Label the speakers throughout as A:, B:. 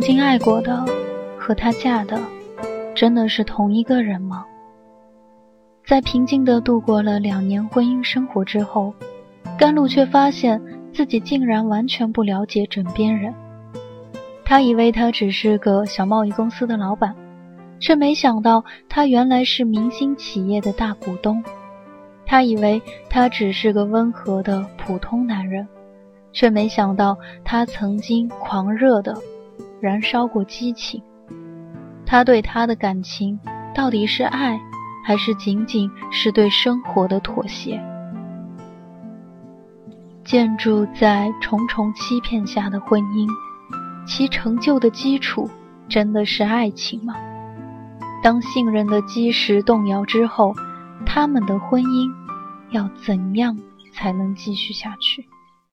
A: 经爱过的和他嫁的真的是同一个人吗？在平静地度过了2年婚姻生活之后，甘露却发现自己竟然完全不了解枕边人。他以为他只是个小贸易公司的老板，却没想到他原来是明星企业的大股东。他以为他只是个温和的普通男人，却没想到他曾经狂热地燃烧过激情。他对他的感情到底是爱，还是仅仅是对生活的妥协？建筑在重重欺骗下的婚姻，其成就的基础真的是爱情吗？当信任的基石动摇之后，他们的婚姻要怎样才能继续下去？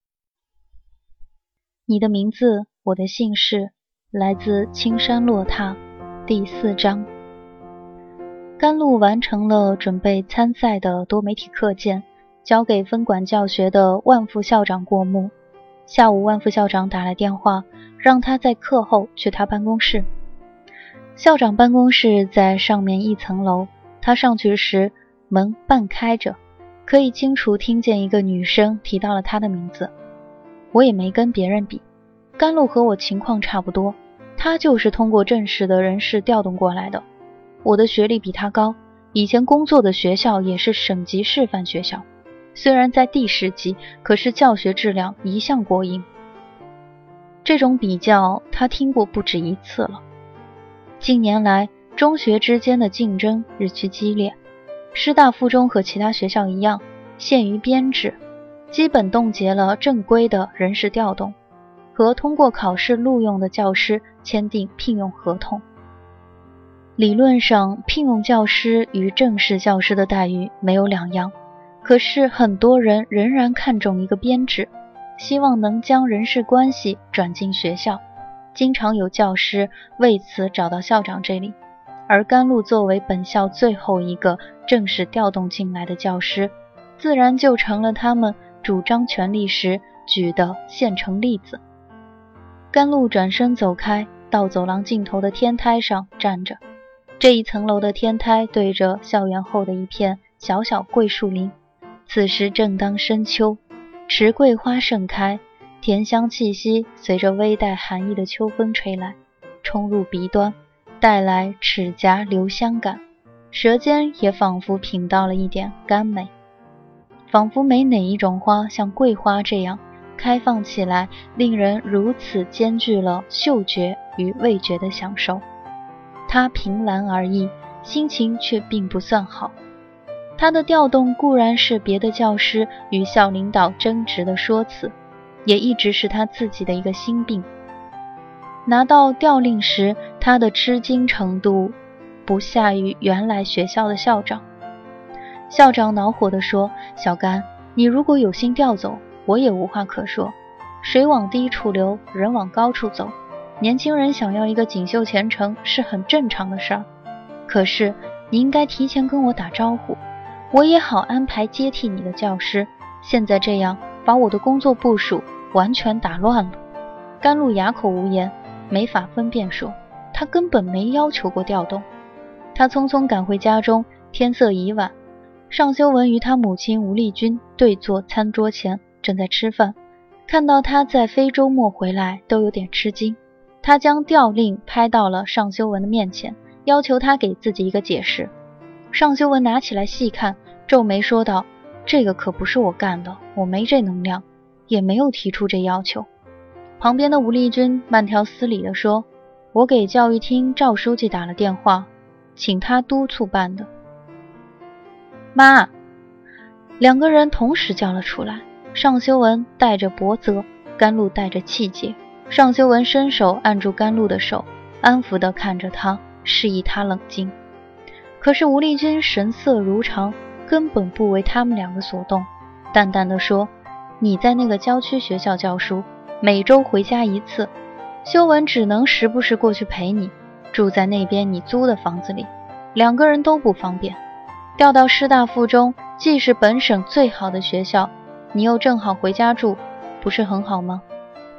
A: 你的名字，我的姓氏，来自青山落踏第4章。甘露完成了准备参赛的多媒体课件，交给分管教学的万副校长过目。下午万副校长打来电话，让他在课后去他办公室。校长办公室在上面1层楼，他上去时门半开着，可以清楚听见一个女生提到了他的名字。我也没跟别人比，甘露和我情况差不多，他就是通过正式的人事调动过来的。我的学历比他高，以前工作的学校也是省级示范学校，虽然在第10级，可是教学质量一向过硬。这种比较他听过不止1次了。近年来，中学之间的竞争日趋激烈，师大附中和其他学校一样，限于编制，基本冻结了正规的人事调动，和通过考试录用的教师签订聘用合同。理论上，聘用教师与正式教师的待遇没有两样，可是很多人仍然看重一个编制，希望能将人事关系转进学校。经常有教师为此找到校长这里，而甘露作为本校最后一个正式调动进来的教师，自然就成了他们主张权力时举的现成例子。甘露转身走开，到走廊尽头的天台上站着。这1层楼的天台对着校园后的一片小小桂树林，此时正当深秋，池桂花盛开，甜香气息随着微带寒意的秋风吹来，冲入鼻端，带来齿颊留香感，舌尖也仿佛品到了一点甘美。仿佛没哪一种花像桂花这样开放起来，令人如此兼具了嗅觉与味觉的享受。他凭栏而已，心情却并不算好。他的调动固然是别的教师与校领导争执的说辞，也一直是他自己的一个心病。拿到调令时，他的吃惊程度不下于原来学校的校长。校长恼火地说：“小甘，你如果有心调走，我也无话可说。水往低处流，人往高处走。年轻人想要一个锦绣前程是很正常的事儿，可是你应该提前跟我打招呼，我也好安排接替你的教师。现在这样把我的工作部署完全打乱了。”甘露哑口无言，没法分辨说他根本没要求过调动。他匆匆赶回家中，天色已晚。尚修文与他母亲吴丽君对坐餐桌前，正在吃饭，看到他在非周末回来，都有点吃惊。他将调令拍到了尚修文的面前，要求他给自己一个解释。尚修文拿起来细看，皱眉说道：“这个可不是我干的，我没这能量，也没有提出这要求。”旁边的吴丽君慢条斯理地说：“我给教育厅赵书记打了电话，请他督促办的。”妈！两个人同时叫了出来，尚修文带着薄责，甘露带着气节。尚修文伸手按住甘露的手，安抚地看着他，示意他冷静。可是吴丽君神色如常，根本不为他们两个所动，淡淡地说：“你在那个郊区学校教书，每周回家1次，修文只能时不时过去陪你，住在那边你租的房子里，两个人都不方便。调到师大附中，既是本省最好的学校，你又正好回家住，不是很好吗？”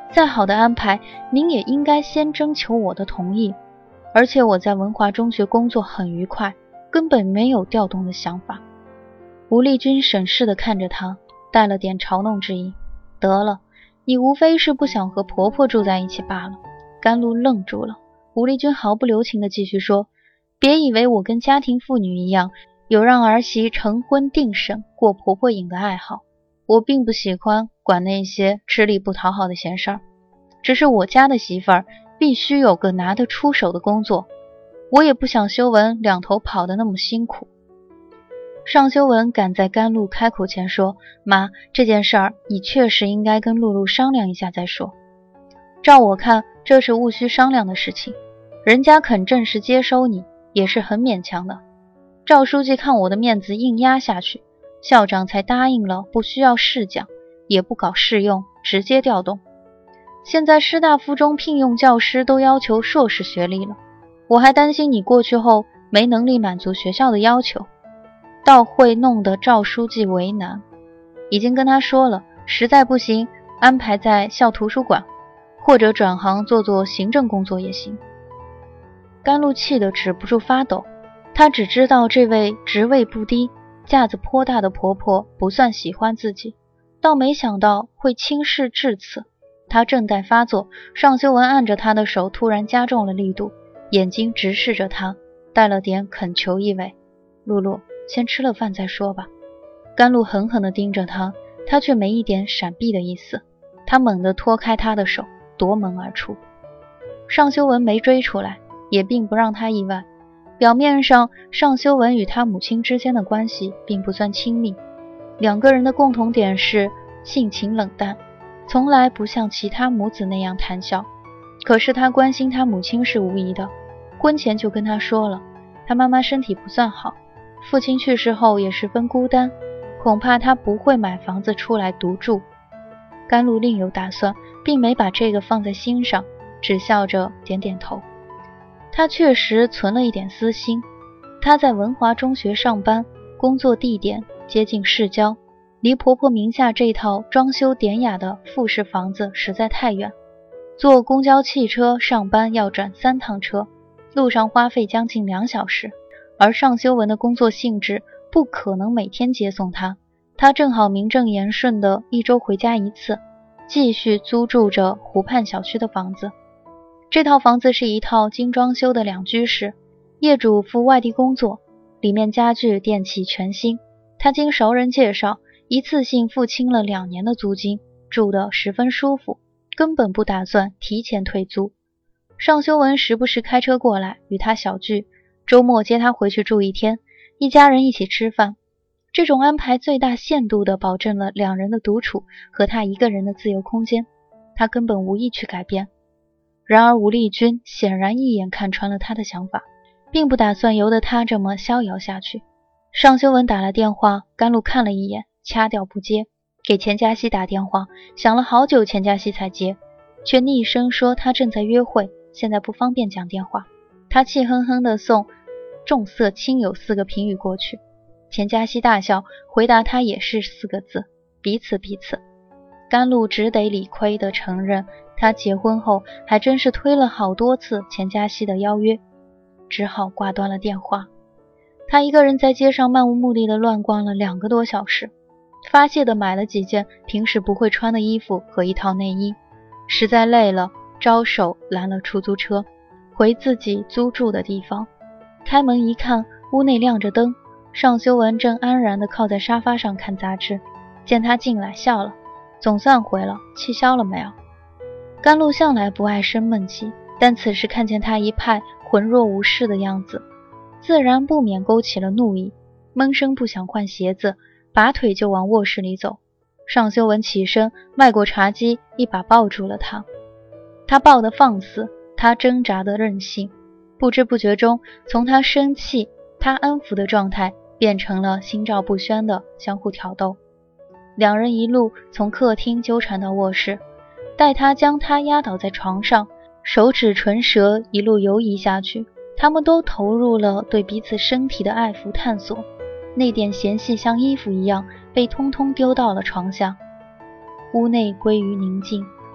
A: 再好的安排，您也应该先征求我的同意。而且我在文华中学工作很愉快，根本没有调动的想法。吴丽君审视地看着他，带了点嘲弄之意。得了，你无非是不想和婆婆住在一起罢了。甘露愣住了，吴丽君毫不留情地继续说，别以为我跟家庭妇女一样，有让儿媳成婚定审过婆婆瘾的爱好。我并不喜欢管那些吃力不讨好的闲事儿，只是我家的媳妇儿必须有个拿得出手的工作，我也不想修文两头跑得那么辛苦。尚修文赶在甘露开口前说，妈，这件事儿你确实应该跟露露商量一下再说。照我看，这是务须商量的事情，人家肯正式接收你也是很勉强的。赵书记看我的面子硬压下去，校长才答应了不需要试讲，也不搞试用，直接调动。现在师大附中聘用教师都要求硕士学历了，我还担心你过去后没能力满足学校的要求，倒会弄得赵书记为难。已经跟他说了，实在不行安排在校图书馆，或者转行做行政工作也行。甘露气得止不住发抖，她只知道这位职位不低、架子颇大的婆婆不算喜欢自己，倒没想到会轻视至此。她正待发作，尚修文按着她的手突然加重了力度，眼睛直视着她，带了点恳求意味。露露，先吃了饭再说吧。甘露狠狠地盯着她，她却没一点闪避的意思。她猛地脱开她的手，夺门而出。尚修文没追出来，也并不让他意外。表面上，尚修文与他母亲之间的关系并不算亲密，两个人的共同点是性情冷淡，从来不像其他母子那样谈笑。可是他关心他母亲是无疑的，婚前就跟他说了，他妈妈身体不算好，父亲去世后也十分孤单，恐怕他不会买房子出来独住。甘露另有打算，并没把这个放在心上，只笑着点点头。他确实存了一点私心，他在文华中学上班，工作地点接近市郊，离婆婆名下这套装修典雅的复式房子实在太远，坐公交汽车上班要转3趟车，路上花费将近2小时，而尚修文的工作性质不可能每天接送他，他正好名正言顺的1周回家1次，继续租住着湖畔小区的房子。这套房子是一套精装修的2居室，业主赴外地工作，里面家具电器全新，他经熟人介绍，一次性付清了2年的租金，住得十分舒服，根本不打算提前退租。尚修文时不时开车过来与他小聚，周末接他回去住1天，一家人一起吃饭。这种安排最大限度地保证了2人的独处和他一个人的自由空间，他根本无意去改变。然而吴丽君显然一眼看穿了他的想法，并不打算由得他这么逍遥下去。尚修文打了电话，甘露看了一眼，掐掉不接，给钱嘉熙打电话，想了好久钱嘉熙才接，却厉声说他正在约会，现在不方便讲电话。他气哼哼地送重色轻友4个评语过去，钱嘉熙大笑，回答他也是4个字，彼此彼此。甘露只得理亏地承认，他结婚后还真是推了好多次钱嘉熙的邀约，只好挂断了电话。他一个人在街上漫无目的地乱逛了2个多小时，发泄地买了几件平时不会穿的衣服和1套内衣，实在累了，招手拦了出租车，回自己租住的地方。开门一看，屋内亮着灯，尚修文正安然地靠在沙发上看杂志，见他进来笑了，总算回了，气消了没有？甘露向来不爱生闷气，但此时看见他一派浑若无事的样子，自然不免勾起了怒意，闷声不想换鞋子，拔腿就往卧室里走。尚修文起身迈过茶几，一把抱住了他。他抱得放肆，他挣扎的任性，不知不觉中，从他生气他安抚的状态变成了心照不宣的相互挑逗。2人一路从客厅纠缠到卧室，待他将他压倒在床上，手指唇舌一路游移下去，他们都投入了对彼此身体的爱抚探索，那点嫌隙像衣服一样被通通丢到了床下。屋内归于宁静，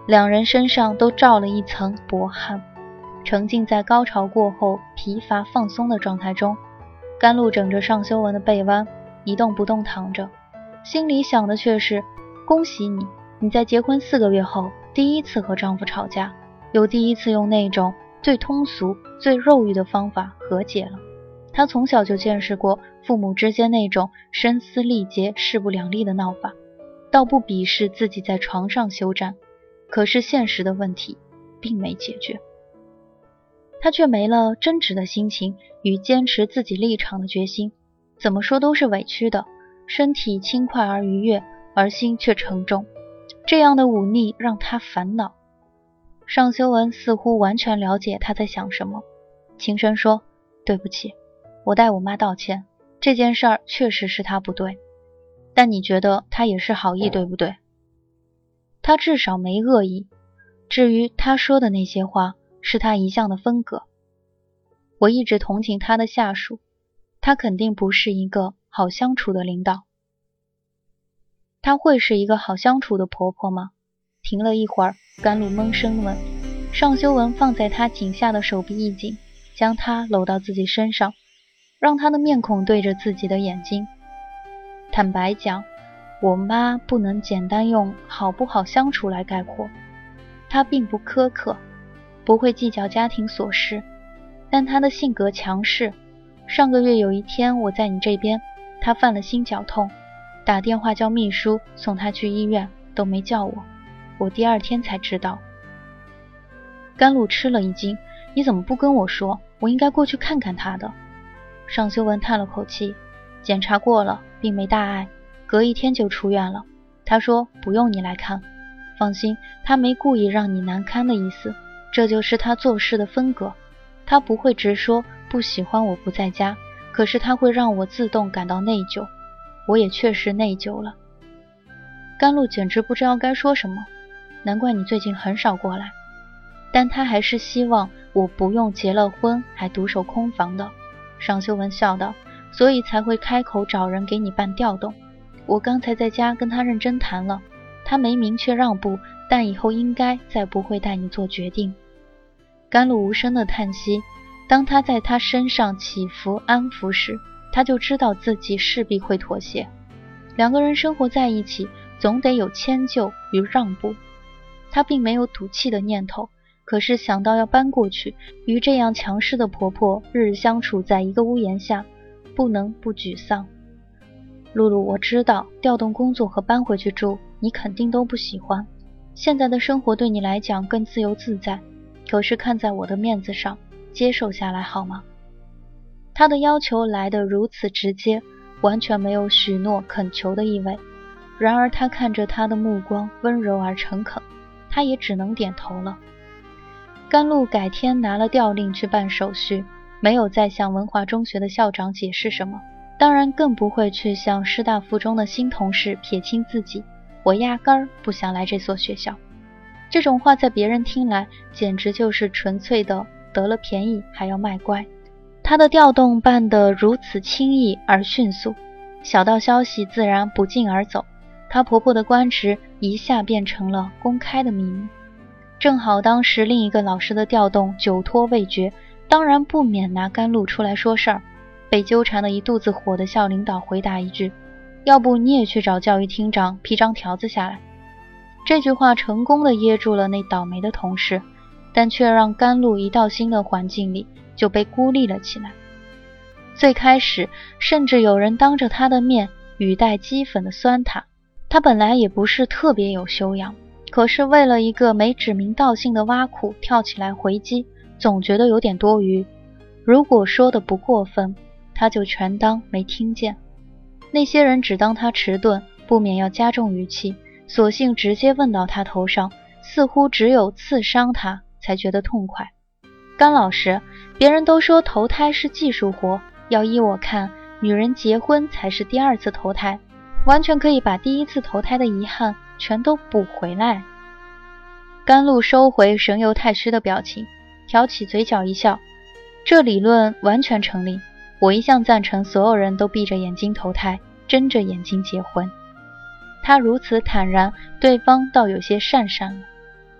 A: 两人身上都罩了一层薄汗，沉浸在高潮过后疲乏放松的状态中。甘露枕着尚修文的背弯，一动不动躺着，心里想的却是：恭喜你，你在结婚4个月后第一次和丈夫吵架，又第一次用那种最通俗最肉欲的方法和解了。他从小就见识过父母之间那种声嘶力竭势不两立的闹法，倒不鄙视自己在床上休战，可是现实的问题并没解决，他却没了争执的心情与坚持自己立场的决心，怎么说都是委屈的，身体轻快而愉悦，而心却沉重，这样的忤逆让他烦恼。尚修文似乎完全了解他在想什么，轻声说：对不起，我代我妈道歉，这件事儿确实是他不对，但你觉得他也是好意对不对？他至少没恶意，至于他说的那些话是他一向的风格。我一直同情他的下属，他肯定不是一个好相处的领导。他会是一个好相处的婆婆吗？停了一会儿，甘露闷声问。尚修文放在他颈下的手臂一紧，将他搂到自己身上，让他的面孔对着自己的眼睛。坦白讲，我妈不能简单用好不好相处来概括。她并不苛刻，不会计较家庭琐事，但她的性格强势。上个月有一天我在你这边，她犯了心绞痛，打电话叫秘书送她去医院，都没叫我，我第2天才知道。甘露吃了一惊，你怎么不跟我说？我应该过去看看她的。尚修文叹了口气，检查过了，并没大碍，隔1天就出院了。他说不用你来看，放心，他没故意让你难堪的意思，这就是他做事的风格。他不会直说不喜欢我不在家，可是他会让我自动感到内疚，我也确实内疚了。甘露简直不知道该说什么，难怪你最近很少过来。但他还是希望我不用结了婚还独守空房的。尚修文笑道，所以才会开口找人给你办调动。我刚才在家跟他认真谈了，他没明确让步，但以后应该再不会带你做决定。甘露无声的叹息，当他在他身上起伏安抚时，他就知道自己势必会妥协。2个人生活在一起，总得有迁就与让步。他并没有赌气的念头，可是想到要搬过去，与这样强势的婆婆日日相处在一个屋檐下，不能不沮丧。露露，我知道调动工作和搬回去住，你肯定都不喜欢。现在的生活对你来讲更自由自在，可是看在我的面子上，接受下来好吗？他的要求来得如此直接，完全没有许诺恳求的意味。然而他看着他的目光温柔而诚恳，他也只能点头了。甘露改天拿了调令去办手续，没有再向文华中学的校长解释什么，当然更不会去向师大附中的新同事撇清自己，我压根儿不想来这所学校。这种话在别人听来简直就是纯粹的得了便宜还要卖乖。他的调动办得如此轻易而迅速，小道消息自然不胫而走，她婆婆的官职一下变成了公开的秘密。正好当时另一个老师的调动久拖未决，当然不免拿甘露出来说事儿。被纠缠的一肚子火的校领导回答一句，要不你也去找教育厅长批张条子下来。这句话成功地噎住了那倒霉的同事，但却让甘露一到新的环境里就被孤立了起来。最开始甚至有人当着他的面语带讥讽地酸他，他本来也不是特别有修养，可是为了一个没指名道姓的挖苦跳起来回击，总觉得有点多余。如果说的不过分，他就全当没听见。那些人只当他迟钝，不免要加重语气，索性直接问到他头上，似乎只有刺伤他才觉得痛快。甘老师，别人都说投胎是技术活，要依我看，女人结婚才是第2次投胎，完全可以把第1次投胎的遗憾全都补回来。甘露收回神游太虚的表情，挑起嘴角一笑，这理论完全成立，我一向赞成所有人都闭着眼睛投胎，睁着眼睛结婚。他如此坦然，对方倒有些讪讪了。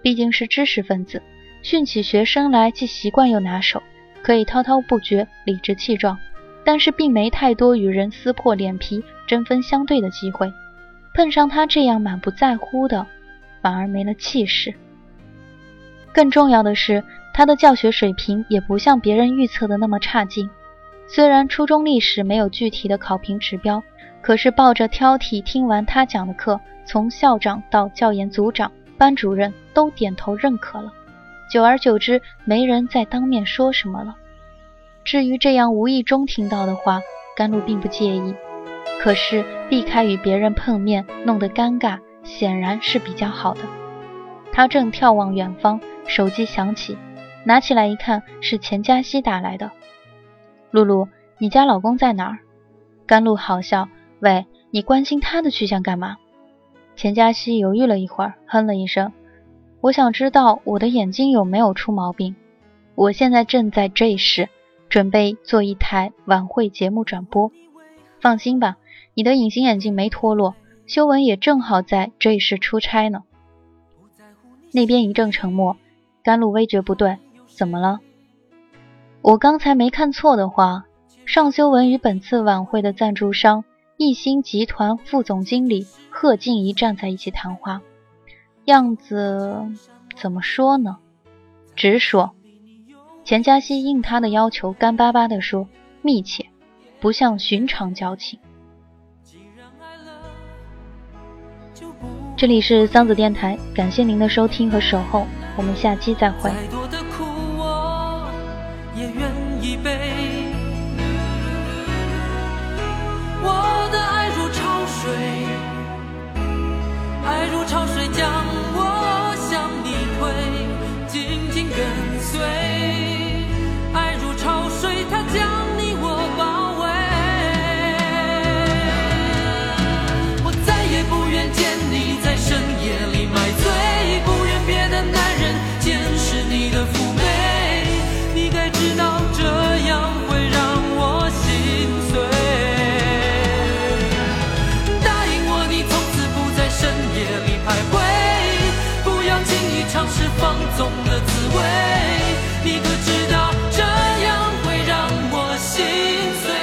A: 毕竟是知识分子，训起学生来既习惯又拿手，可以滔滔不绝，理直气壮，但是并没太多与人撕破脸皮、针锋相对的机会。碰上他这样满不在乎的，反而没了气势。更重要的是，他的教学水平也不像别人预测的那么差劲。虽然初中历史没有具体的考评指标，可是抱着挑剔听完他讲的课，从校长到教研组长、班主任都点头认可了。久而久之，没人再当面说什么了。至于这样无意中听到的话，甘露并不介意。可是避开与别人碰面，弄得尴尬，显然是比较好的。他正眺望远方，手机响起，拿起来一看，是钱嘉熙打来的。露露，你家老公在哪儿？甘露好笑，喂，你关心他的去向干嘛？钱嘉熙犹豫了一会儿，哼了一声，我想知道我的眼睛有没有出毛病。我现在正在 J 市，准备做一台晚会节目转播。放心吧，你的隐形眼镜没脱落，修文也正好在 J 市出差呢。那边一阵沉默，甘露微觉不对，怎么了？我刚才没看错的话，尚修文与本次晚会的赞助商一星集团副总经理贺静怡站在一起谈话，样子怎么说呢？直说。钱嘉熙应他的要求干巴巴地说，密切，不像寻常交情。这里是桑子电台，感谢您的收听和守候，我们下期再会。
B: 再多的苦我也愿意背，我的爱如潮水，爱如潮水将我向你推，紧紧跟随，爱如潮水它将你我包围，我再也不愿见你在深夜里买醉，不愿别的男人见识你的妩媚，你该知道这样会让我心碎，答应我你从此不在深夜里徘徊，不要轻易尝试放纵的滋味，你可知道这样会让我心碎。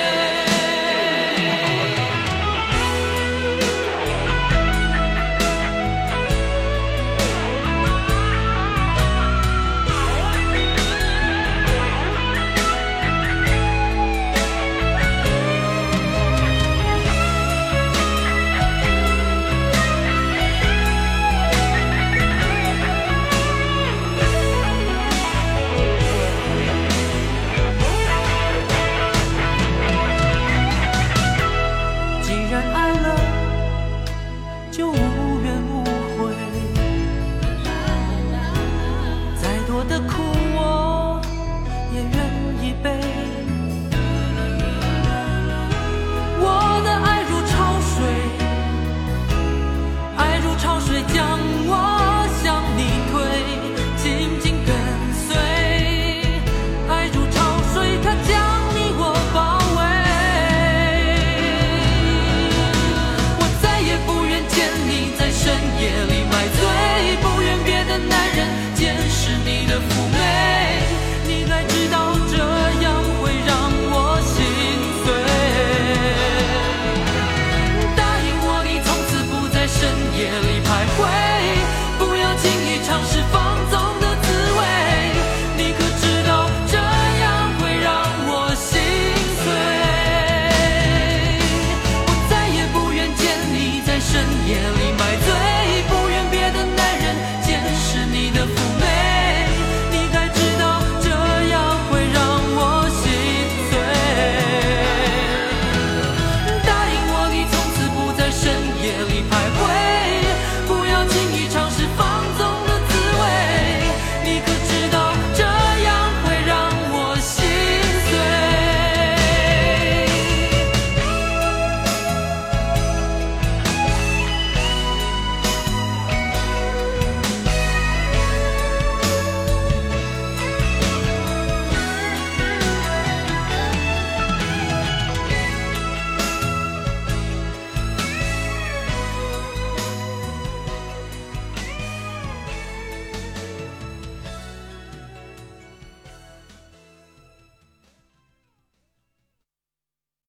B: 既然爱了，就无